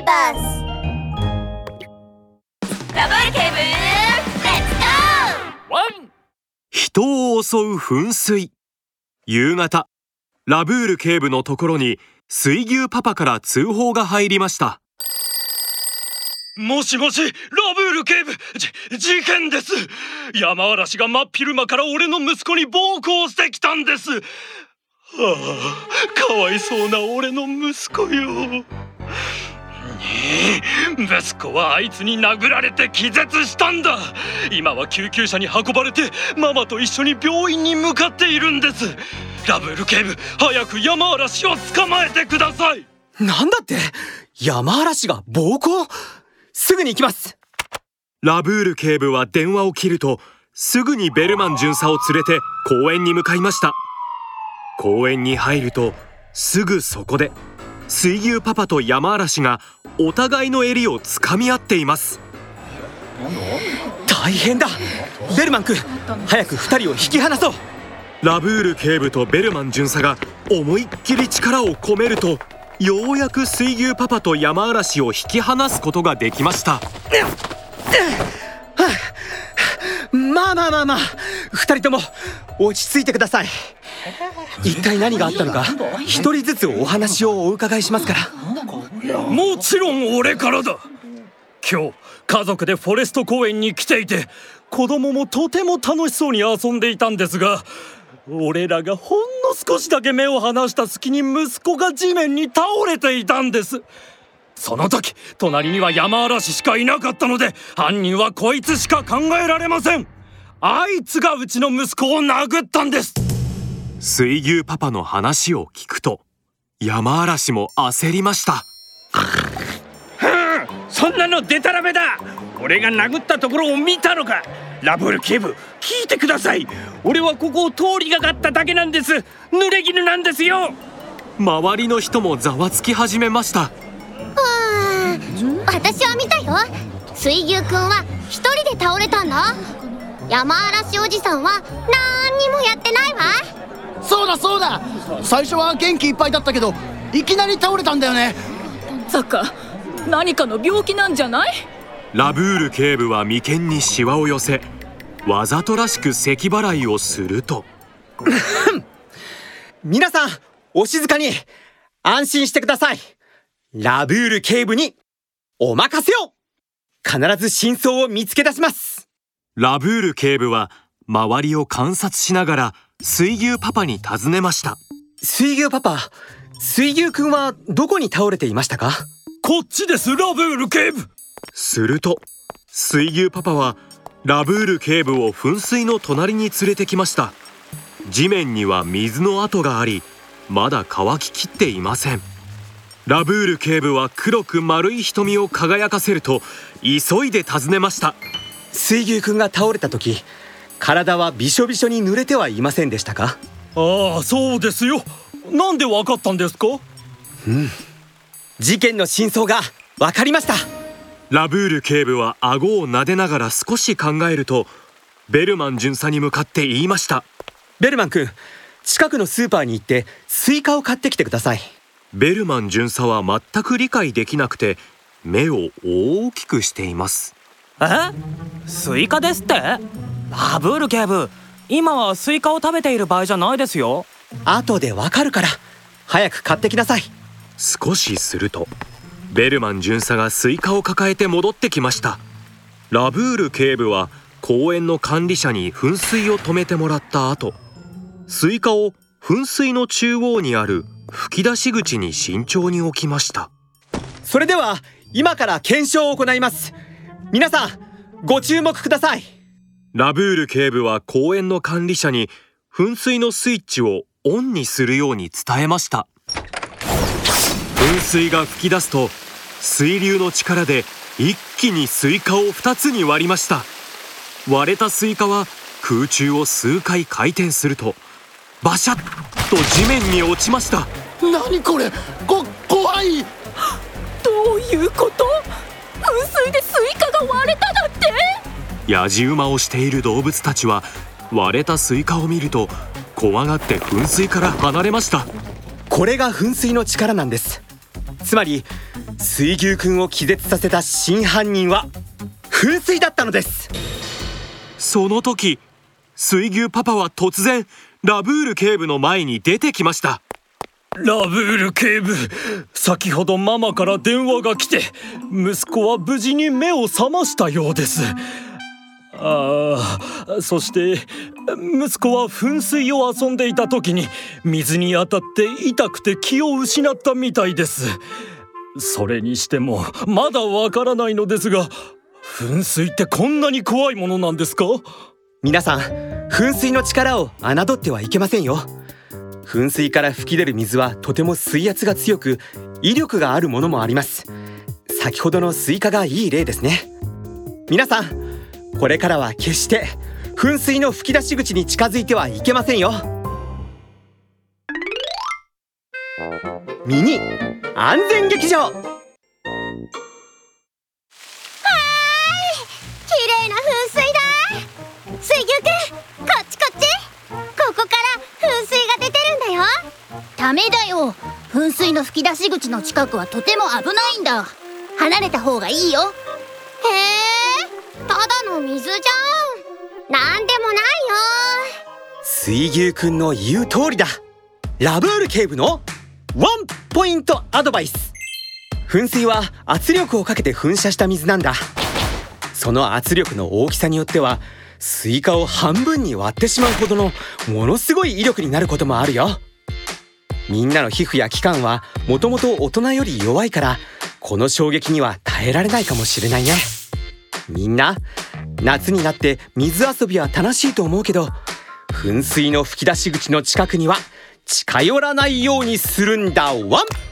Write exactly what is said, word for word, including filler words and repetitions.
ーバース。ラブール警部、レッツゴー。 ワン。人を襲う噴水。夕方、ラブール警部のところに水牛パパから通報が入りました。 もしもし、ラブール警部、じ、事件です。山嵐が真っ昼間から俺の息子に暴行してきたんです。はあ、かわいそうな俺の息子よ。息子はあいつに殴られて気絶したんだ。今は救急車に運ばれてママと一緒に病院に向かっているんです。ラブール警部、早く山嵐を捕まえてください。 なんだって？山嵐が暴行？すぐに行きます。 ラブール警部は電話を切ると、すぐにベルマン巡査を連れて公園に向かいました。公園に入ると、すぐそこで水牛パパと山嵐がお互いの襟をつかみ合っています。 大変だ。ベルマン君、早く二人を引き離そう。 ラブール警部とベルマン巡査が思いっきり力を込めると、ようやく水牛パパと山嵐を引き離すことができました。 まあまあまあまあ、二人とも落ち着いてください。一体何があったのか、一人ずつお話をお伺いしますから。 もちろん俺からだ。今日家族でフォレスト公園に来ていて、子供もとても楽しそうに遊んでいたんですが、俺らがほんの少しだけ目を離した隙に息子が地面に倒れていたんです。その時隣には山嵐しかいなかったので、犯人はこいつしか考えられません。あいつがうちの息子を殴ったんです。 水牛パパの話を聞くと、山嵐も焦りました。 そんなのデタラメだ。俺が殴ったところを見たのか。ラブール警部、聞いてください。俺はここを通りがかっただけなんです。濡れ衣なんですよ。 周りの人もざわつき始めました。 私は見たよ。水牛くんは一人で倒れたんだ。山嵐おじさんは何にもやってないわ。 そうだそうだ、最初は元気いっぱいだったけど、いきなり倒れたんだよね。 さか何かの病気なんじゃない？ ラブール警部は眉間にシワを寄せ、わざとらしく咳払いをすると皆さん、お静かに。安心してください。ラブール警部にお任せを。必ず真相を見つけ出します。 ラブール警部は周りを観察しながら水牛パパに尋ねました。 水牛パパ、水牛くんはどこに倒れていましたか？ こっちです、ラブール警部。 すると水牛パパはラブール警部を噴水の隣に連れてきました。地面には水の跡があり、まだ乾ききっていません。ラブール警部は黒く丸い瞳を輝かせると、急いで尋ねました。 水牛くんが倒れた時、体はびしょびしょに濡れてはいませんでしたか？ ああ、そうですよ。なんでわかったんですか？ うん、事件の真相がわかりました。 ラブール警部は顎を撫でながら少し考えると、ベルマン巡査に向かって言いました。 ベルマン君、近くのスーパーに行ってスイカを買ってきてください。 ベルマン巡査は全く理解できなくて、目を大きくしています。 え？スイカですって？ラブール警部、今はスイカを食べている場合じゃないですよ。 後でわかるから、早く買ってきなさい。 少しするとベルマン巡査がスイカを抱えて戻ってきました。ラブール警部は公園の管理者に噴水を止めてもらった後、スイカを噴水の中央にある吹き出し口に慎重に置きました。 それでは今から検証を行います。皆さんご注目ください。 ラブール警部は公園の管理者に噴水のスイッチをオンにするように伝えました。噴水が噴き出すと、水流の力で一気にスイカをふたつに割りました。割れたスイカは空中を数回回転すると、バシャッと地面に落ちました。 何これ、こ怖い。 どういうこと？噴水でスイカが割れただって？ やじ馬をしている動物たちは割れたスイカを見ると怖がって噴水から離れました。 これが噴水の力なんです。つまり水牛くんを気絶させた真犯人は噴水だったのです。 その時、水牛パパは突然ラブール警部の前に出てきました。 ラブール警部、先ほどママから電話が来て、息子は無事に目を覚ましたようです。ああ、そして息子は噴水を遊んでいた時に水に当たって痛くて気を失ったみたいです。それにしてもまだわからないのですが、噴水ってこんなに怖いものなんですか？ 皆さん、噴水の力を侮ってはいけませんよ。噴水から吹き出る水はとても水圧が強く、威力があるものもあります。先ほどのスイカがいい例ですね。皆さん、これからは決して噴水の吹き出し口に近づいてはいけませんよ。ミニ安全劇場。 はーい、綺麗な噴水だ。水牛くん、こっちこっち。ここから噴水が出てるんだよ。ダメだよ、噴水の吹き出し口の近くはとても危ないんだ。離れた方がいいよ。へえ、ただの水じゃん。なんでもないよ。 水牛くんの言う通りだ。ラブール警部のワンポイントアドバイス。噴水は圧力をかけて噴射した水なんだ。その圧力の大きさによってはスイカを半分に割ってしまうほどのものすごい威力になることもあるよ。みんなの皮膚や器官はもともと大人より弱いから、この衝撃には耐えられないかもしれないね。みんな、夏になって水遊びは楽しいと思うけど、噴水の吹き出し口の近くには近寄らないようにするんだワン。